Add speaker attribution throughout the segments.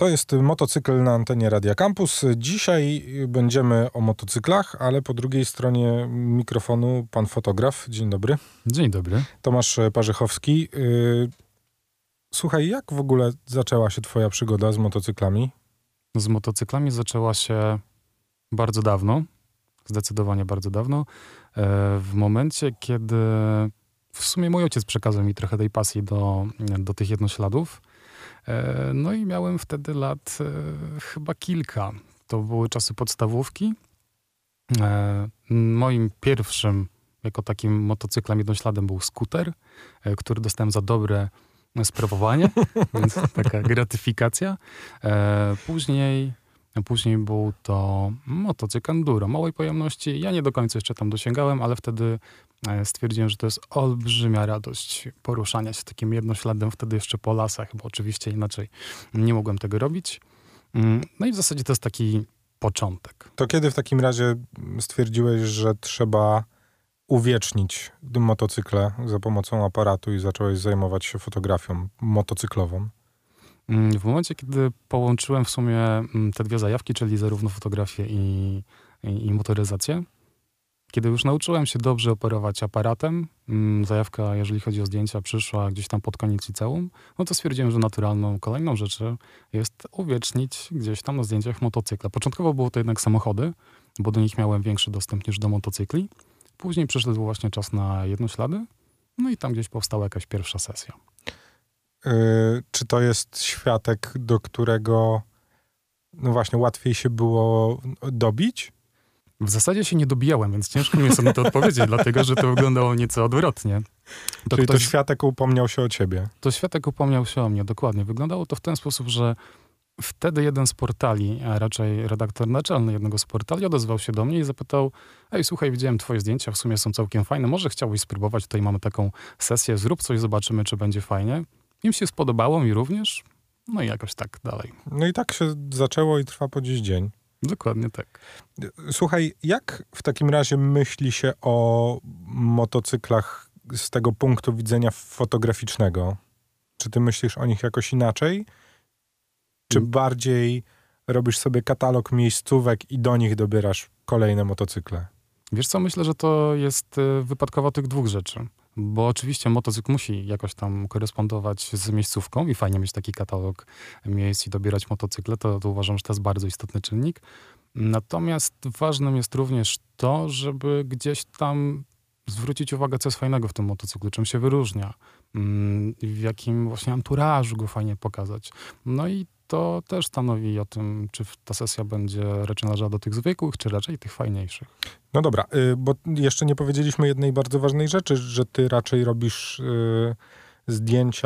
Speaker 1: To jest motocykl na antenie Radia Campus. Dzisiaj będziemy o motocyklach, ale po drugiej stronie mikrofonu pan fotograf. Dzień dobry.
Speaker 2: Dzień dobry.
Speaker 1: Tomasz Parzychowski. Słuchaj, jak w ogóle zaczęła się twoja przygoda z motocyklami?
Speaker 2: Z motocyklami zaczęła się bardzo dawno. Zdecydowanie bardzo dawno. W momencie, kiedy w sumie mój ojciec przekazał mi trochę tej pasji do tych jednośladów. No i miałem wtedy lat chyba kilka. To były czasy podstawówki. Moim pierwszym jako takim motocyklem jednośladem był skuter, który dostałem za dobre sprawowanie, więc taka gratyfikacja. Później był to motocykl enduro małej pojemności. Ja nie do końca jeszcze tam dosięgałem, ale wtedy stwierdziłem, że to jest olbrzymia radość poruszania się takim jednośladem, wtedy jeszcze po lasach, bo oczywiście inaczej nie mogłem tego robić. No i w zasadzie to jest taki początek.
Speaker 1: To kiedy w takim razie stwierdziłeś, że trzeba uwiecznić motocykle za pomocą aparatu i zacząłeś zajmować się fotografią motocyklową?
Speaker 2: W momencie, kiedy połączyłem w sumie te dwie zajawki, czyli zarówno fotografię i motoryzację, kiedy już nauczyłem się dobrze operować aparatem, zajawka, jeżeli chodzi o zdjęcia, przyszła gdzieś tam pod koniec liceum, no to stwierdziłem, że naturalną kolejną rzeczą jest uwiecznić gdzieś tam na zdjęciach motocykla. Początkowo było to jednak samochody, bo do nich miałem większy dostęp niż do motocykli. Później przyszedł właśnie czas na jednoślady, no i tam gdzieś powstała jakaś pierwsza sesja.
Speaker 1: Czy to jest światek, do którego no właśnie łatwiej się było dobić?
Speaker 2: W zasadzie się nie dobijałem, więc ciężko mi jest na to odpowiedzieć, dlatego że to wyglądało nieco odwrotnie.
Speaker 1: Czyli to światek upomniał się o ciebie?
Speaker 2: To światek upomniał się o mnie, dokładnie. Wyglądało to w ten sposób, że wtedy jeden z portali, a raczej redaktor naczelny jednego z portali odezwał się do mnie i zapytał: ej, słuchaj, widziałem twoje zdjęcia, w sumie są całkiem fajne, może chciałbyś spróbować, tutaj mamy taką sesję, zrób coś, zobaczymy, czy będzie fajnie. Im się spodobało, mi również, no i jakoś tak dalej.
Speaker 1: No i tak się zaczęło i trwa po dziś dzień.
Speaker 2: Dokładnie tak.
Speaker 1: Słuchaj, jak w takim razie myśli się o motocyklach z tego punktu widzenia fotograficznego? Czy ty myślisz o nich jakoś inaczej? Czy bardziej robisz sobie katalog miejscówek i do nich dobierasz kolejne motocykle?
Speaker 2: Wiesz co, myślę, że to jest wypadkowa tych dwóch rzeczy. Bo oczywiście motocykl musi jakoś tam korespondować z miejscówką i fajnie mieć taki katalog miejsc i dobierać motocykle, to uważam, że to jest bardzo istotny czynnik. Natomiast ważnym jest również to, żeby gdzieś tam zwrócić uwagę, co jest fajnego w tym motocyklu, czym się wyróżnia, w jakim właśnie anturażu go fajnie pokazać. No i to też stanowi o tym, czy ta sesja będzie raczej należała do tych zwykłych, czy raczej tych fajniejszych.
Speaker 1: No dobra, bo jeszcze nie powiedzieliśmy jednej bardzo ważnej rzeczy, że ty raczej robisz zdjęcia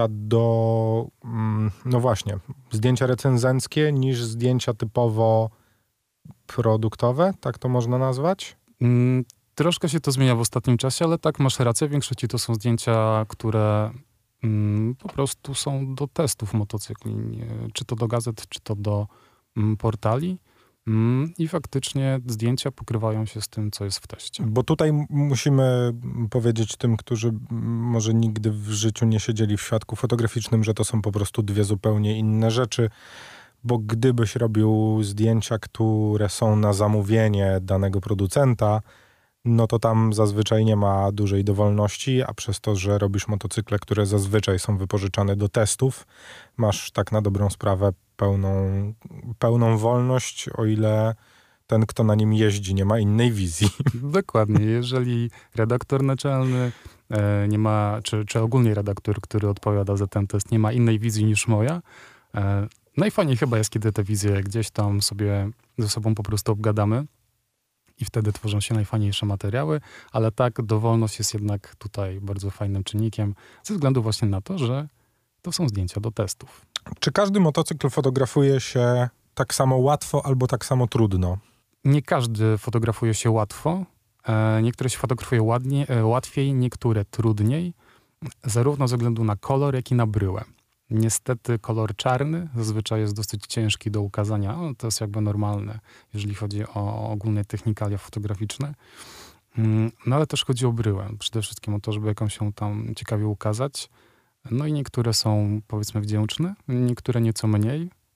Speaker 1: no właśnie, zdjęcia recenzenckie niż zdjęcia typowo produktowe, tak to można nazwać?
Speaker 2: Troszkę się to zmienia w ostatnim czasie, ale tak, masz rację, w większości to są zdjęcia, które po prostu są do testów motocykli, czy to do gazet, czy to do portali. I faktycznie zdjęcia pokrywają się z tym, co jest w teście.
Speaker 1: Bo tutaj musimy powiedzieć tym, którzy może nigdy w życiu nie siedzieli w świadku fotograficznym, że to są po prostu dwie zupełnie inne rzeczy, bo gdybyś robił zdjęcia, które są na zamówienie danego producenta, no to tam zazwyczaj nie ma dużej dowolności, a przez to, że robisz motocykle, które zazwyczaj są wypożyczane do testów, masz tak na dobrą sprawę pełną wolność, o ile ten, kto na nim jeździ, nie ma innej wizji.
Speaker 2: Dokładnie. Jeżeli redaktor naczelny nie ma, czy ogólnie redaktor, który odpowiada za ten test, nie ma innej wizji niż moja, najfajniej chyba jest, kiedy te wizje gdzieś tam sobie ze sobą po prostu obgadamy i wtedy tworzą się najfajniejsze materiały, ale tak, dowolność jest jednak tutaj bardzo fajnym czynnikiem, ze względu właśnie na to, że to są zdjęcia do testów.
Speaker 1: Czy każdy motocykl fotografuje się tak samo łatwo albo tak samo trudno?
Speaker 2: Nie każdy fotografuje się łatwo. Niektóre się fotografuje łatwiej, niektóre trudniej, zarówno ze względu na kolor, jak i na bryłę. Niestety kolor czarny zazwyczaj jest dosyć ciężki do ukazania. To jest jakby normalne, jeżeli chodzi o ogólne technikalia fotograficzne. No ale też chodzi o bryłę. Przede wszystkim o to, żeby jakąś się tam ciekawie ukazać. No i niektóre są, powiedzmy, wdzięczne, niektóre nieco mniej.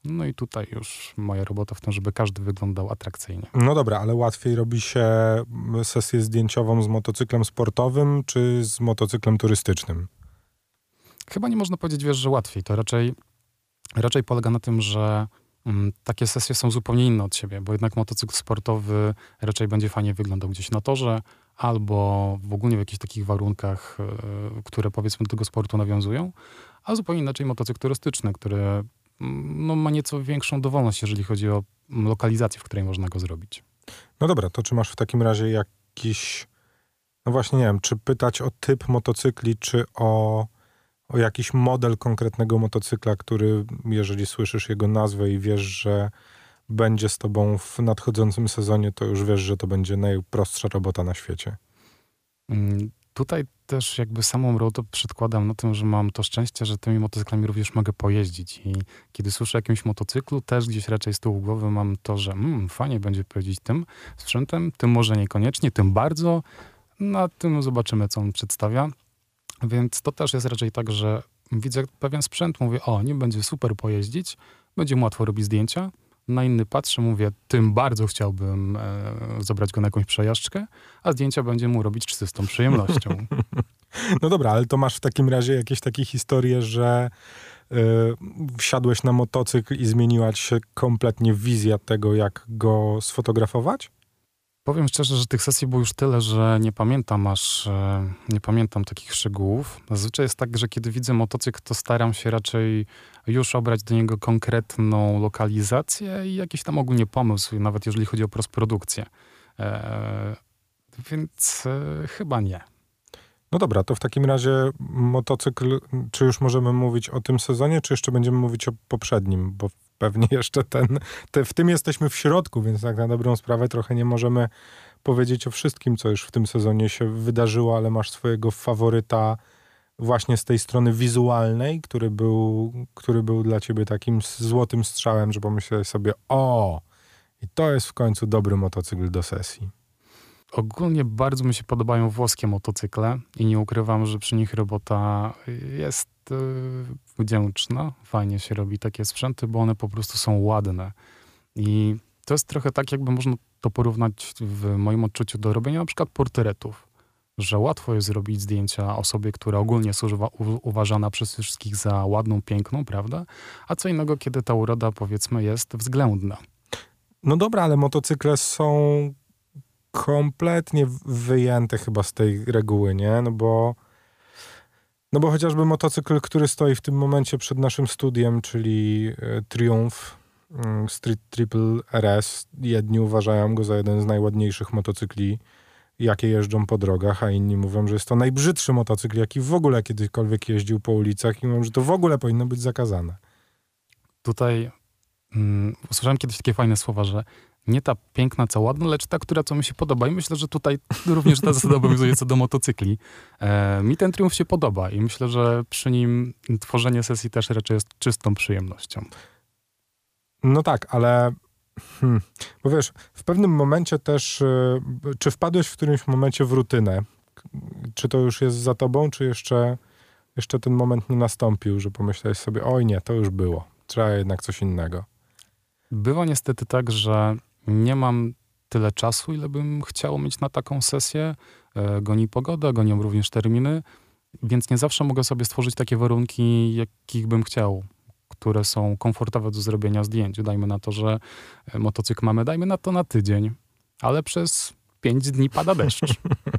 Speaker 2: No i tutaj już moja robota w tym, żeby każdy wyglądał atrakcyjnie.
Speaker 1: No dobra, ale łatwiej robi się sesję zdjęciową z motocyklem sportowym czy z motocyklem turystycznym?
Speaker 2: Chyba nie można powiedzieć, wiesz, że łatwiej. To raczej polega na tym, że takie sesje są zupełnie inne od siebie, bo jednak motocykl sportowy raczej będzie fajnie wyglądał gdzieś na torze albo w ogóle w jakichś takich warunkach, które powiedzmy do tego sportu nawiązują, a zupełnie inaczej motocykl turystyczny, który no, ma nieco większą dowolność, jeżeli chodzi o lokalizację, w której można go zrobić.
Speaker 1: No dobra, to czy masz w takim razie jakiś, no właśnie nie wiem, czy pytać o typ motocykli, czy o jakiś model konkretnego motocykla, który, jeżeli słyszysz jego nazwę i wiesz, że będzie z tobą w nadchodzącym sezonie, to już wiesz, że to będzie najprostsza robota na świecie.
Speaker 2: Tutaj też jakby samą robotę przedkładam na tym, że mam to szczęście, że tymi motocyklami również mogę pojeździć i kiedy słyszę o jakimś motocyklu, też gdzieś raczej z tyłu głowy mam to, że fajnie będzie pojeździć tym sprzętem, tym może niekoniecznie, tym bardzo, na tym zobaczymy, co on przedstawia. Więc to też jest raczej tak, że widzę pewien sprzęt, mówię, nim będzie super pojeździć, będzie mu łatwo robić zdjęcia. Na inny patrzę, mówię, tym bardzo chciałbym zabrać go na jakąś przejażdżkę, a zdjęcia będzie mu robić z czystą przyjemnością.
Speaker 1: No dobra, ale to masz w takim razie jakieś takie historie, że wsiadłeś na motocykl i zmieniła ci się kompletnie wizja tego, jak go sfotografować?
Speaker 2: Powiem szczerze, że tych sesji było już tyle, że nie pamiętam takich szczegółów. Zazwyczaj jest tak, że kiedy widzę motocykl, to staram się raczej już obrać do niego konkretną lokalizację i jakiś tam ogólnie pomysł, nawet jeżeli chodzi o postprodukcję. Więc chyba nie.
Speaker 1: No dobra, to w takim razie motocykl, czy już możemy mówić o tym sezonie, czy jeszcze będziemy mówić o poprzednim? Bo pewnie jeszcze w tym jesteśmy w środku, więc tak na dobrą sprawę trochę nie możemy powiedzieć o wszystkim, co już w tym sezonie się wydarzyło, ale masz swojego faworyta właśnie z tej strony wizualnej, który był dla ciebie takim złotym strzałem, że pomyślałeś sobie, i to jest w końcu dobry motocykl do sesji.
Speaker 2: Ogólnie bardzo mi się podobają włoskie motocykle i nie ukrywam, że przy nich robota jest wdzięczna. Fajnie się robi takie sprzęty, bo one po prostu są ładne. I to jest trochę tak, jakby można to porównać w moim odczuciu do robienia na przykład portretów. Że łatwo jest zrobić zdjęcia osobie, która ogólnie jest uważana przez wszystkich za ładną, piękną, prawda? A co innego, kiedy ta uroda, powiedzmy, jest względna.
Speaker 1: No dobra, ale motocykle są kompletnie wyjęte chyba z tej reguły, nie? No bo chociażby motocykl, który stoi w tym momencie przed naszym studiem, czyli Triumph Street Triple RS, jedni uważają go za jeden z najładniejszych motocykli, jakie jeżdżą po drogach, a inni mówią, że jest to najbrzydszy motocykl, jaki w ogóle kiedykolwiek jeździł po ulicach i mówią, że to w ogóle powinno być zakazane.
Speaker 2: Tutaj usłyszałem kiedyś takie fajne słowa, że nie ta piękna, co ładna, lecz ta, która co mi się podoba. I myślę, że tutaj również ta zasada obowiązuje co do motocykli. Mi ten Triumph się podoba i myślę, że przy nim tworzenie sesji też raczej jest czystą przyjemnością.
Speaker 1: No tak, ale bo wiesz, w pewnym momencie też, czy wpadłeś w którymś momencie w rutynę? Czy to już jest za tobą, czy jeszcze ten moment nie nastąpił, że pomyślałeś sobie, oj nie, to już było. Trzeba jednak coś innego.
Speaker 2: Bywa niestety tak, że nie mam tyle czasu, ile bym chciał mieć na taką sesję. Goni pogoda, gonią również terminy, więc nie zawsze mogę sobie stworzyć takie warunki, jakich bym chciał, które są komfortowe do zrobienia zdjęć. Dajmy na to, że motocykl mamy, dajmy na to na tydzień, ale przez 5 dni pada deszcz.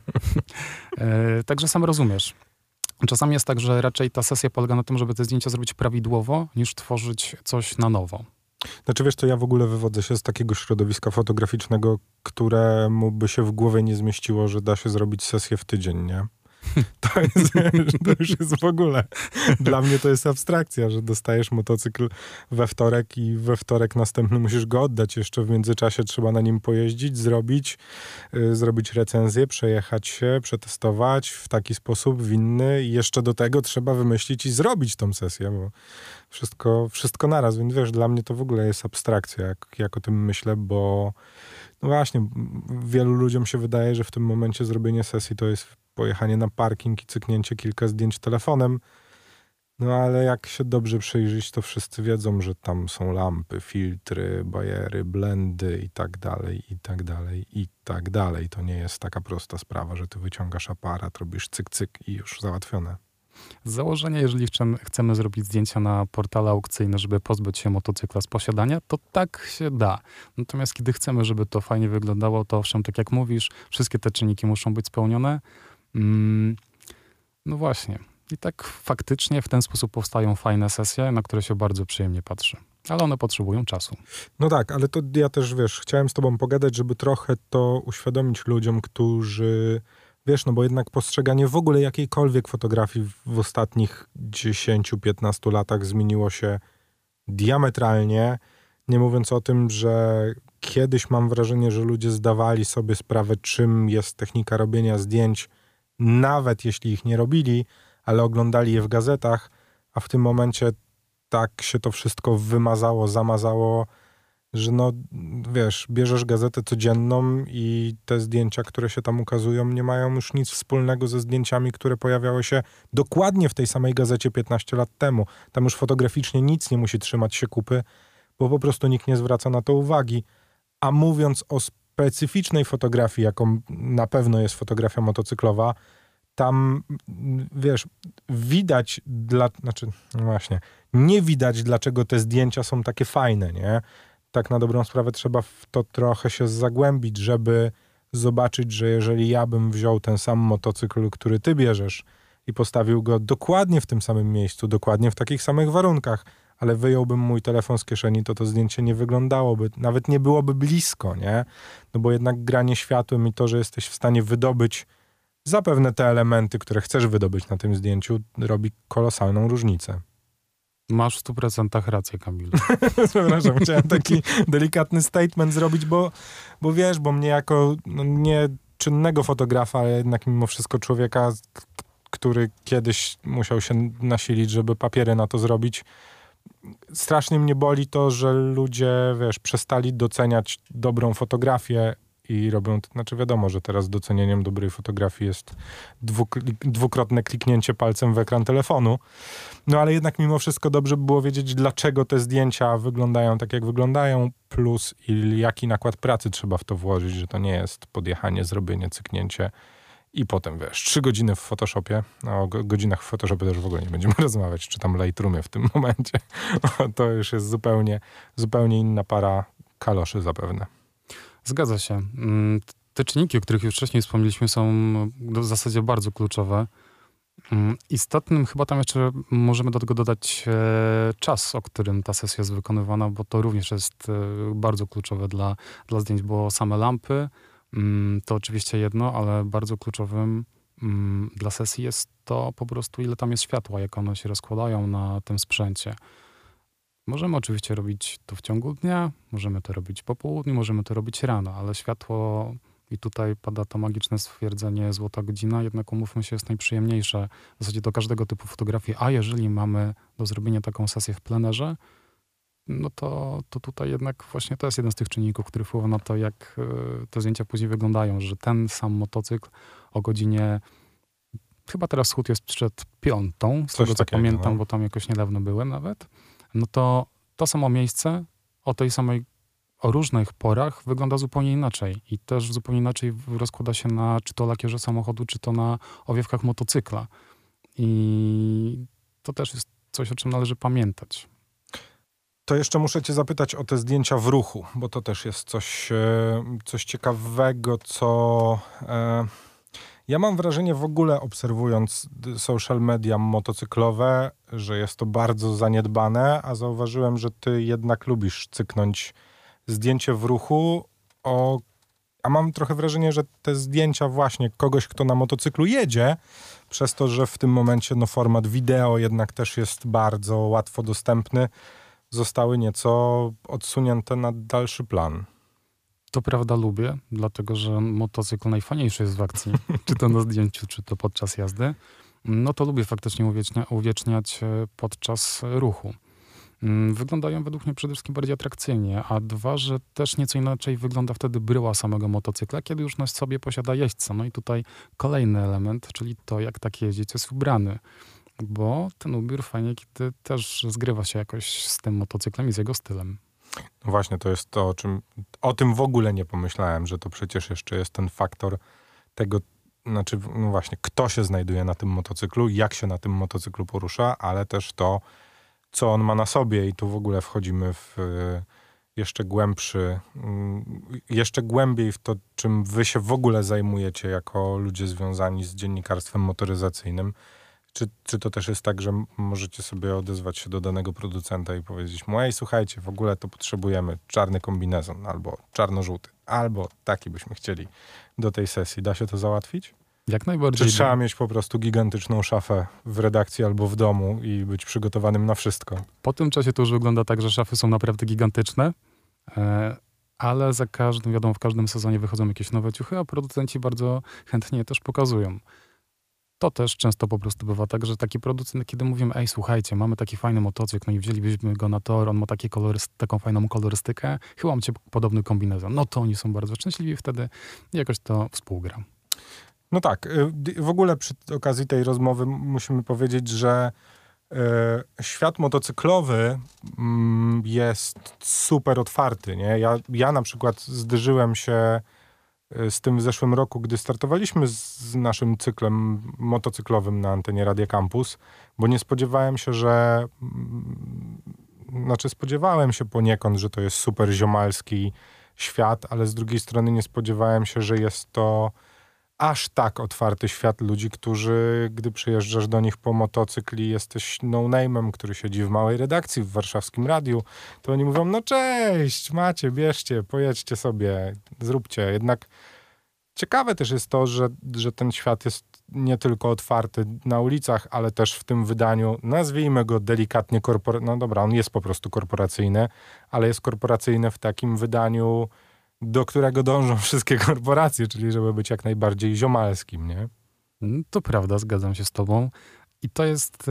Speaker 2: Także sam rozumiesz. Czasami jest tak, że raczej ta sesja polega na tym, żeby te zdjęcia zrobić prawidłowo, niż tworzyć coś na nowo.
Speaker 1: Znaczy wiesz, to ja w ogóle wywodzę się z takiego środowiska fotograficznego, któremu by się w głowie nie zmieściło, że da się zrobić sesję w tydzień, nie? To już jest w ogóle, dla mnie to jest abstrakcja, że dostajesz motocykl we wtorek i we wtorek następny musisz go oddać. Jeszcze w międzyczasie trzeba na nim pojeździć, zrobić recenzję, przejechać się, przetestować w taki sposób, w inny i jeszcze do tego trzeba wymyślić i zrobić tą sesję, bo wszystko naraz, więc wiesz, dla mnie to w ogóle jest abstrakcja, jak o tym myślę, bo no właśnie, wielu ludziom się wydaje, że w tym momencie zrobienie sesji to jest pojechanie na parking i cyknięcie kilka zdjęć telefonem. No ale jak się dobrze przyjrzeć, to wszyscy wiedzą, że tam są lampy, filtry, bajery, blendy i tak dalej, i tak dalej, i tak dalej. To nie jest taka prosta sprawa, że ty wyciągasz aparat, robisz cyk, cyk i już załatwione.
Speaker 2: Z założenia, jeżeli chcemy zrobić zdjęcia na portale aukcyjne, żeby pozbyć się motocykla z posiadania, to tak się da. Natomiast kiedy chcemy, żeby to fajnie wyglądało, to owszem, tak jak mówisz, wszystkie te czynniki muszą być spełnione. No właśnie. I tak faktycznie w ten sposób powstają fajne sesje, na które się bardzo przyjemnie patrzy. Ale one potrzebują czasu.
Speaker 1: No tak, ale to ja też, wiesz, chciałem z tobą pogadać, żeby trochę to uświadomić ludziom, którzy, wiesz, no bo jednak postrzeganie w ogóle jakiejkolwiek fotografii w ostatnich 10-15 latach zmieniło się diametralnie, nie mówiąc o tym, że kiedyś mam wrażenie, że ludzie zdawali sobie sprawę, czym jest technika robienia zdjęć, nawet jeśli ich nie robili, ale oglądali je w gazetach, a w tym momencie tak się to wszystko wymazało, zamazało, że no, wiesz, bierzesz gazetę codzienną i te zdjęcia, które się tam ukazują, nie mają już nic wspólnego ze zdjęciami, które pojawiały się dokładnie w tej samej gazecie 15 lat temu. Tam już fotograficznie nic nie musi trzymać się kupy, bo po prostu nikt nie zwraca na to uwagi. A mówiąc o specyficznej fotografii, jaką na pewno jest fotografia motocyklowa, tam, wiesz, widać, no właśnie, nie widać, dlaczego te zdjęcia są takie fajne, nie? Tak na dobrą sprawę trzeba w to trochę się zagłębić, żeby zobaczyć, że jeżeli ja bym wziął ten sam motocykl, który ty bierzesz i postawił go dokładnie w tym samym miejscu, dokładnie w takich samych warunkach, ale wyjąłbym mój telefon z kieszeni, to zdjęcie nie wyglądałoby, nawet nie byłoby blisko, nie? No bo jednak granie światłem i to, że jesteś w stanie wydobyć zapewne te elementy, które chcesz wydobyć na tym zdjęciu, robi kolosalną różnicę.
Speaker 2: Masz w 100% rację, Kamil.
Speaker 1: Przepraszam, chciałem taki delikatny statement zrobić, bo wiesz, bo mnie jako nie czynnego fotografa, ale jednak mimo wszystko człowieka, który kiedyś musiał się nasilić, żeby papiery na to zrobić, strasznie mnie boli to, że ludzie, wiesz, przestali doceniać dobrą fotografię i robią, znaczy wiadomo, że teraz docenieniem dobrej fotografii jest dwukrotne kliknięcie palcem w ekran telefonu, no ale jednak mimo wszystko dobrze by było wiedzieć, dlaczego te zdjęcia wyglądają tak, jak wyglądają, plus jaki nakład pracy trzeba w to włożyć, że to nie jest podjechanie, zrobienie, cyknięcie i potem, wiesz, 3 godziny w Photoshopie, o godzinach w Photoshopie też w ogóle nie będziemy rozmawiać, czy tam Lightroomie w tym momencie, to już jest zupełnie inna para kaloszy zapewne.
Speaker 2: Zgadza się. Te czynniki, o których już wcześniej wspomnieliśmy, są w zasadzie bardzo kluczowe. Istotnym chyba tam jeszcze możemy do tego dodać czas, o którym ta sesja jest wykonywana, bo to również jest bardzo kluczowe dla zdjęć, bo same lampy to oczywiście jedno, ale bardzo kluczowym dla sesji jest to po prostu, ile tam jest światła, jak one się rozkładają na tym sprzęcie. Możemy oczywiście robić to w ciągu dnia, możemy to robić po południu, możemy to robić rano, ale światło, i tutaj pada to magiczne stwierdzenie złota godzina, jednak umówmy się, jest najprzyjemniejsze w zasadzie do każdego typu fotografii, a jeżeli mamy do zrobienia taką sesję w plenerze, no to tutaj jednak właśnie to jest jeden z tych czynników, który wpływa na to, jak te zdjęcia później wyglądają, że ten sam motocykl o godzinie, chyba teraz schód jest przed 5, z tego co pamiętam, bo tam jakoś niedawno byłem nawet, no to samo miejsce o różnych porach wygląda zupełnie inaczej i też zupełnie inaczej rozkłada się na czy to lakierze samochodu, czy to na owiewkach motocykla. I to też jest coś, o czym należy pamiętać.
Speaker 1: To jeszcze muszę cię zapytać o te zdjęcia w ruchu, bo to też jest coś ciekawego, co... Ja mam wrażenie w ogóle, obserwując social media motocyklowe, że jest to bardzo zaniedbane, a zauważyłem, że ty jednak lubisz cyknąć zdjęcie w ruchu, a mam trochę wrażenie, że te zdjęcia właśnie kogoś, kto na motocyklu jedzie, przez to, że w tym momencie format wideo jednak też jest bardzo łatwo dostępny, zostały nieco odsunięte na dalszy plan.
Speaker 2: To prawda, lubię, dlatego że motocykl najfajniejszy jest w akcji, czy to na zdjęciu, czy to podczas jazdy. No to lubię faktycznie uwieczniać podczas ruchu. Wyglądają według mnie przede wszystkim bardziej atrakcyjnie, a dwa, że też nieco inaczej wygląda wtedy bryła samego motocykla, kiedy już na sobie posiada jeźdźca. No i tutaj kolejny element, czyli to, jak taki jeździec jest ubrany. bo ten ubiór fajnie, kiedy też zgrywa się jakoś z tym motocyklem i z jego stylem.
Speaker 1: No właśnie, to jest to, o tym w ogóle nie pomyślałem, że to przecież jeszcze jest ten faktor tego, znaczy, no właśnie, kto się znajduje na tym motocyklu, jak się na tym motocyklu porusza, ale też to, co on ma na sobie i tu w ogóle wchodzimy w jeszcze głębiej w to, czym wy się w ogóle zajmujecie jako ludzie związani z dziennikarstwem motoryzacyjnym. Czy to też jest tak, że możecie sobie odezwać się do danego producenta i powiedzieć mu, ej, słuchajcie, w ogóle to potrzebujemy czarny kombinezon, albo czarno-żółty, albo taki byśmy chcieli do tej sesji. Da się to załatwić?
Speaker 2: Jak
Speaker 1: Czy
Speaker 2: najbardziej.
Speaker 1: trzeba mieć po prostu gigantyczną szafę w redakcji albo w domu i być przygotowanym na wszystko?
Speaker 2: Po tym czasie to już wygląda tak, że szafy są naprawdę gigantyczne, ale za każdym, wiadomo, w każdym sezonie wychodzą jakieś nowe ciuchy, a producenci bardzo chętnie je też pokazują. To też często po prostu bywa tak, że taki producent, kiedy mówimy, ej, słuchajcie, mamy taki fajny motocykl, no i wzięlibyśmy go na tor, on ma taką fajną kolorystykę, chyba macie podobny kombinezon. No to oni są bardzo szczęśliwi wtedy i jakoś to współgra.
Speaker 1: No tak, w ogóle przy okazji tej rozmowy musimy powiedzieć, że świat motocyklowy jest super otwarty, nie? Ja na przykład zderzyłem się z tym w zeszłym roku, gdy startowaliśmy z naszym cyklem motocyklowym na antenie Radia Campus, bo nie spodziewałem się, spodziewałem się poniekąd, że to jest super ziomalski świat, ale z drugiej strony nie spodziewałem się, że jest to aż tak otwarty świat ludzi, którzy, gdy przyjeżdżasz do nich po motocykl i jesteś no-name'em, który siedzi w małej redakcji w warszawskim radiu, to oni mówią, no cześć, macie, bierzcie, pojedźcie sobie, zróbcie. Jednak ciekawe też jest to, że ten świat jest nie tylko otwarty na ulicach, ale też w tym wydaniu, nazwijmy go delikatnie no dobra, on jest po prostu korporacyjny, ale jest korporacyjny w takim wydaniu, do którego dążą wszystkie korporacje, czyli żeby być jak najbardziej ziomalskim, nie?
Speaker 2: To prawda, zgadzam się z tobą. I to jest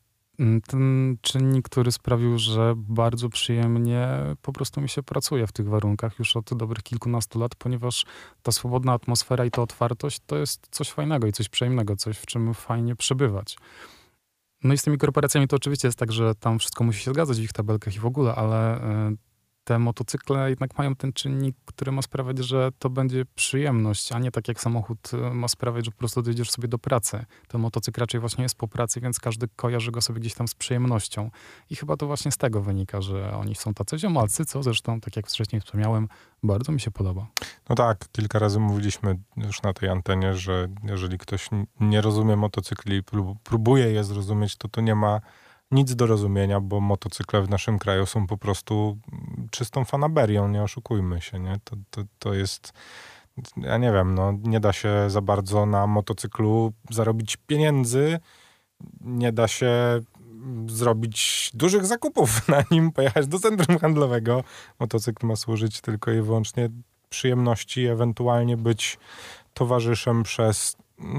Speaker 2: ten czynnik, który sprawił, że bardzo przyjemnie po prostu mi się pracuje w tych warunkach już od dobrych kilkunastu lat, ponieważ ta swobodna atmosfera i ta otwartość to jest coś fajnego i coś przyjemnego, coś, w czym fajnie przebywać. No i z tymi korporacjami to oczywiście jest tak, że tam wszystko musi się zgadzać w ich tabelkach i w ogóle, ale te motocykle jednak mają ten czynnik, który ma sprawiać, że to będzie przyjemność, a nie tak jak samochód ma sprawiać, że po prostu dojdziesz sobie do pracy. Ten motocykl raczej właśnie jest po pracy, więc każdy kojarzy go sobie gdzieś tam z przyjemnością. I chyba to właśnie z tego wynika, że oni są tacy ziomalcy, co zresztą, tak jak wcześniej wspomniałem, bardzo mi się podoba.
Speaker 1: No tak, kilka razy mówiliśmy już na tej antenie, że jeżeli ktoś nie rozumie motocykli i próbuje je zrozumieć, to nie ma nic do rozumienia, bo motocykle w naszym kraju są po prostu czystą fanaberią, nie oszukujmy się, nie? To jest, ja nie wiem, no nie da się za bardzo na motocyklu zarobić pieniędzy, nie da się zrobić dużych zakupów na nim, pojechać do centrum handlowego. Motocykl ma służyć tylko i wyłącznie przyjemności, ewentualnie być towarzyszem przez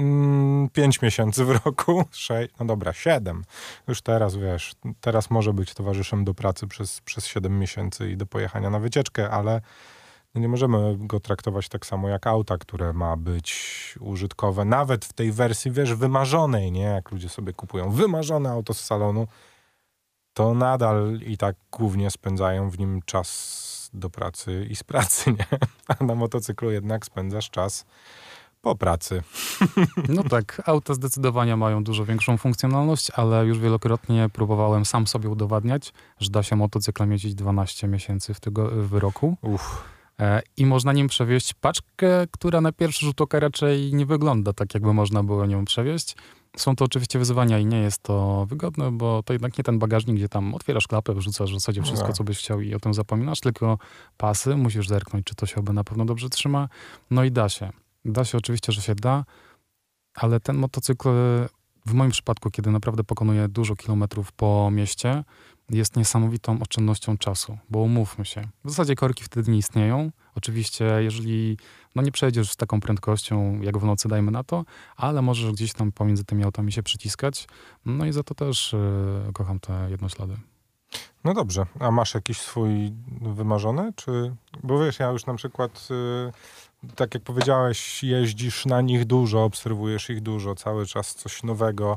Speaker 1: 5 miesięcy w roku, 6, no dobra, 7. Już teraz, wiesz, teraz może być towarzyszem do pracy przez 7 miesięcy i do pojechania na wycieczkę, ale nie możemy go traktować tak samo jak auta, które ma być użytkowe, nawet w tej wersji, wiesz, wymarzonej, nie? Jak ludzie sobie kupują wymarzone auto z salonu, to nadal i tak głównie spędzają w nim czas do pracy i z pracy, nie? A na motocyklu jednak spędzasz czas po pracy.
Speaker 2: No tak, auta zdecydowanie mają dużo większą funkcjonalność, ale już wielokrotnie próbowałem sam sobie udowadniać, że da się motocyklem jeździć 12 miesięcy w roku. I można nim przewieźć paczkę, która na pierwszy rzut oka raczej nie wygląda tak, jakby można było nią przewieźć. Są to oczywiście wyzwania i nie jest to wygodne, bo to jednak nie ten bagażnik, gdzie tam otwierasz klapę, wrzucasz w zasadzie wszystko, co byś chciał i o tym zapominasz, tylko pasy, musisz zerknąć, czy to się oby na pewno dobrze trzyma. No i da się. Da się, oczywiście, że się da, ale ten motocykl w moim przypadku, kiedy naprawdę pokonuje dużo kilometrów po mieście, jest niesamowitą oszczędnością czasu, bo umówmy się. W zasadzie korki wtedy nie istnieją. Oczywiście, jeżeli nie przejdziesz z taką prędkością, jak w nocy, dajmy na to, ale możesz gdzieś tam pomiędzy tymi autami się przyciskać. No i za to też kocham te jednoślady.
Speaker 1: No dobrze, a masz jakiś swój wymarzony? Bo wiesz, ja już na przykład, tak jak powiedziałeś, jeździsz na nich dużo, obserwujesz ich dużo, cały czas coś nowego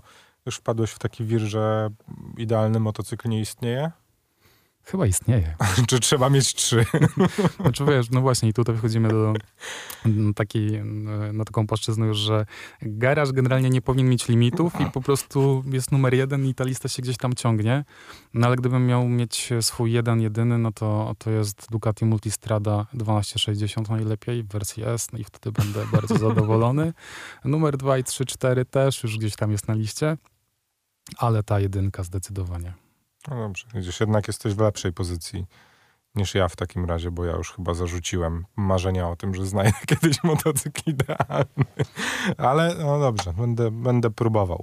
Speaker 1: Już wpadłeś w taki wir, że idealny motocykl nie istnieje?
Speaker 2: Chyba istnieje.
Speaker 1: Czy trzeba mieć 3?
Speaker 2: Znaczy wiesz, no właśnie i tutaj wchodzimy do takiej, na taką płaszczyznę już, że garaż generalnie nie powinien mieć limitów i po prostu jest numer 1 i ta lista się gdzieś tam ciągnie. No ale gdybym miał mieć swój jedyny, no to jest Ducati Multistrada 1260 najlepiej w wersji S, no i wtedy będę bardzo zadowolony. Numer 2 i 3, 4 też już gdzieś tam jest na liście, ale ta jedynka zdecydowanie.
Speaker 1: No dobrze, widzisz, jednak jesteś w lepszej pozycji niż ja w takim razie, bo ja już chyba zarzuciłem marzenia o tym, że znajdę kiedyś motocykl idealny. Ale no dobrze, będę próbował.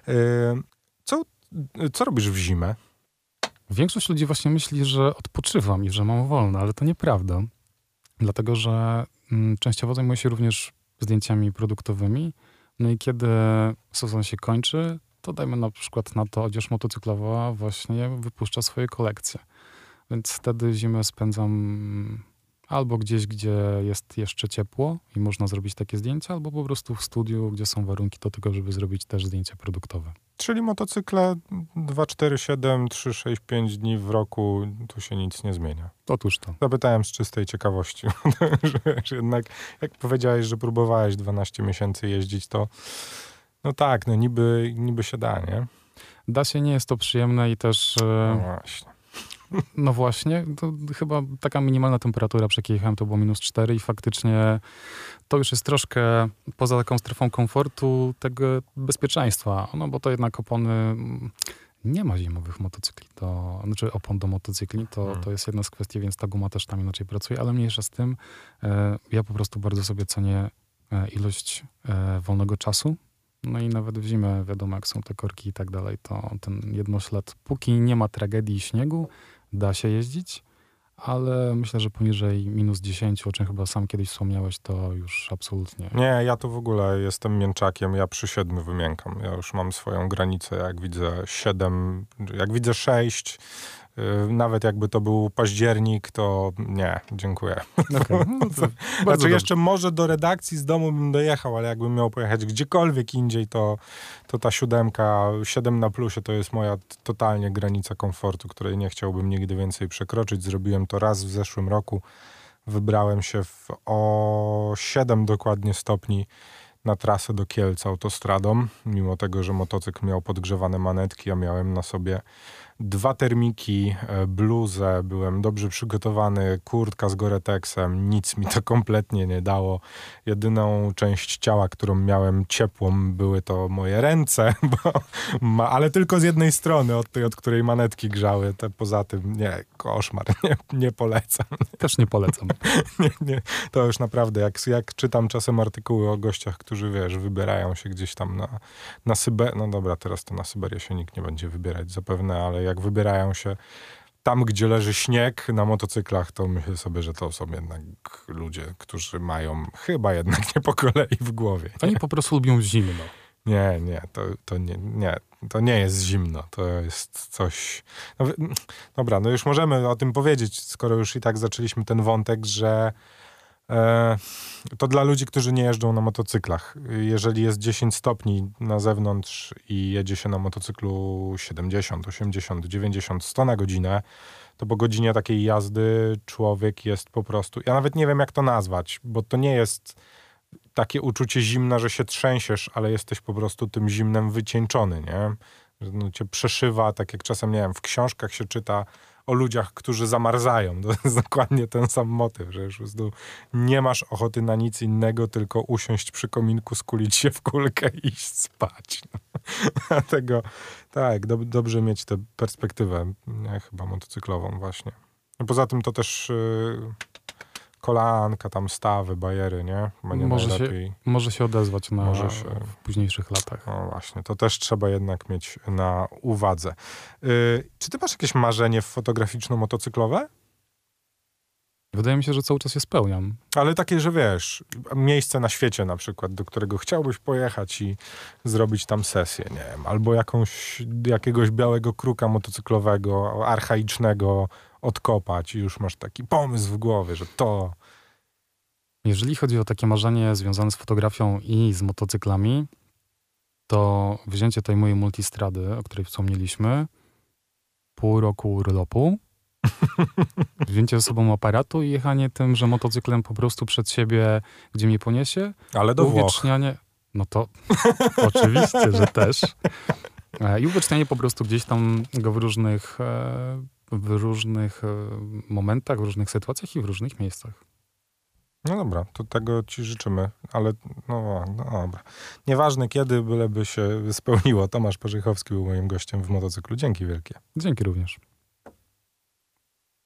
Speaker 1: Co robisz w zimę?
Speaker 2: Większość ludzi właśnie myśli, że odpoczywam i że mam wolno, ale to nieprawda. Dlatego, że częściowo zajmuję się również zdjęciami produktowymi. No i kiedy sezon się kończy, to dajmy na przykład na to odzież motocyklowa właśnie wypuszcza swoje kolekcje. Więc wtedy zimę spędzam albo gdzieś, gdzie jest jeszcze ciepło i można zrobić takie zdjęcia, albo po prostu w studiu, gdzie są warunki do tego, żeby zrobić też zdjęcia produktowe.
Speaker 1: Czyli motocykle 2, 4, 7, 3, 6, 5 dni w roku, tu się nic nie zmienia.
Speaker 2: Otóż to.
Speaker 1: Zapytałem z czystej ciekawości, że jednak jak powiedziałeś, że próbowałeś 12 miesięcy jeździć, to no tak, no niby się da, nie?
Speaker 2: Da się, nie jest to przyjemne i też...
Speaker 1: No właśnie.
Speaker 2: No właśnie, to chyba taka minimalna temperatura, jak jechałem, to było -4 i faktycznie to już jest troszkę poza taką strefą komfortu tego bezpieczeństwa, no bo to jednak opony... Nie ma zimowych motocykli, znaczy opon do motocykli, to jest jedna z kwestii, więc ta guma też tam inaczej pracuje, ale mniejsza z tym, ja po prostu bardzo sobie cenię ilość wolnego czasu. No i nawet w zimę, wiadomo, jak są te korki i tak dalej, to ten jednoślad, póki nie ma tragedii śniegu, da się jeździć, ale myślę, że poniżej -10, o czym chyba sam kiedyś wspomniałeś, to już absolutnie.
Speaker 1: Nie, ja to w ogóle jestem mięczakiem, ja przy 7 wymiękam. Ja już mam swoją granicę, jak widzę 7, jak widzę 6, nawet jakby to był październik, to nie, dziękuję.
Speaker 2: Okay. No
Speaker 1: znaczy jeszcze może do redakcji z domu bym dojechał, ale jakbym miał pojechać gdziekolwiek indziej, to ta 7 na plusie to jest moja totalnie granica komfortu, której nie chciałbym nigdy więcej przekroczyć. Zrobiłem to raz w zeszłym roku. Wybrałem się o 7 dokładnie stopni na trasę do Kielc autostradą, mimo tego, że motocykl miał podgrzewane manetki, ja miałem na sobie 2 termiki, bluzę, byłem dobrze przygotowany, kurtka z Gore-Texem, nic mi to kompletnie nie dało. Jedyną część ciała, którą miałem ciepłą, były to moje ręce, ale tylko z jednej strony, od tej, od której manetki grzały. Poza tym nie, koszmar, nie polecam.
Speaker 2: Też nie polecam.
Speaker 1: nie, to już naprawdę, jak czytam czasem artykuły o gościach, którzy, wiesz, wybierają się gdzieś tam na Syberię, no dobra, teraz to na Syberię się nikt nie będzie wybierać zapewne, ale jak wybierają się tam, gdzie leży śnieg na motocyklach, to myślę sobie, że to są jednak ludzie, którzy mają chyba jednak nie po kolei w głowie. Nie?
Speaker 2: Oni po prostu lubią zimno.
Speaker 1: Nie, to nie jest zimno, to jest coś... No, dobra, no już możemy o tym powiedzieć, skoro już i tak zaczęliśmy ten wątek, że to dla ludzi, którzy nie jeżdżą na motocyklach. Jeżeli jest 10 stopni na zewnątrz i jedzie się na motocyklu 70, 80, 90, 100 na godzinę, to po godzinie takiej jazdy człowiek jest po prostu... Ja nawet nie wiem, jak to nazwać, bo to nie jest takie uczucie zimna, że się trzęsiesz, ale jesteś po prostu tym zimnem wycieńczony, nie? Że no cię przeszywa, tak jak czasem, nie wiem, w książkach się czyta o ludziach, którzy zamarzają. To jest dokładnie ten sam motyw, że już po prostu nie masz ochoty na nic innego, tylko usiąść przy kominku, skulić się w kulkę i iść spać. No. Dlatego tak, dobrze mieć tę perspektywę, nie, chyba motocyklową właśnie. No poza tym to też kolanka, tam stawy, bajery, nie? Chyba nie
Speaker 2: może się odezwać w późniejszych latach.
Speaker 1: No właśnie, to też trzeba jednak mieć na uwadze. Czy ty masz jakieś marzenie fotograficzno-motocyklowe?
Speaker 2: Wydaje mi się, że cały czas je spełniam.
Speaker 1: Ale takie, że wiesz, miejsce na świecie na przykład, do którego chciałbyś pojechać i zrobić tam sesję, nie wiem, albo jakiegoś białego kruka motocyklowego, archaicznego odkopać i już masz taki pomysł w głowie, że to...
Speaker 2: Jeżeli chodzi o takie marzenie związane z fotografią i z motocyklami, to wzięcie tej mojej multistrady, o której wspomnieliśmy, pół roku urlopu, wzięcie ze sobą aparatu i jechanie tymże motocyklem po prostu przed siebie, gdzie mnie poniesie.
Speaker 1: Ale do Włoch.
Speaker 2: Uwiecznianie, no to oczywiście, że też. I uwiecznianie po prostu gdzieś tam go w różnych momentach, w różnych sytuacjach i w różnych miejscach.
Speaker 1: No dobra, to tego ci życzymy, ale no dobra. Nieważne kiedy, byleby się spełniło. Tomasz Parzychowski był moim gościem w Motocyklu. Dzięki wielkie.
Speaker 2: Dzięki również.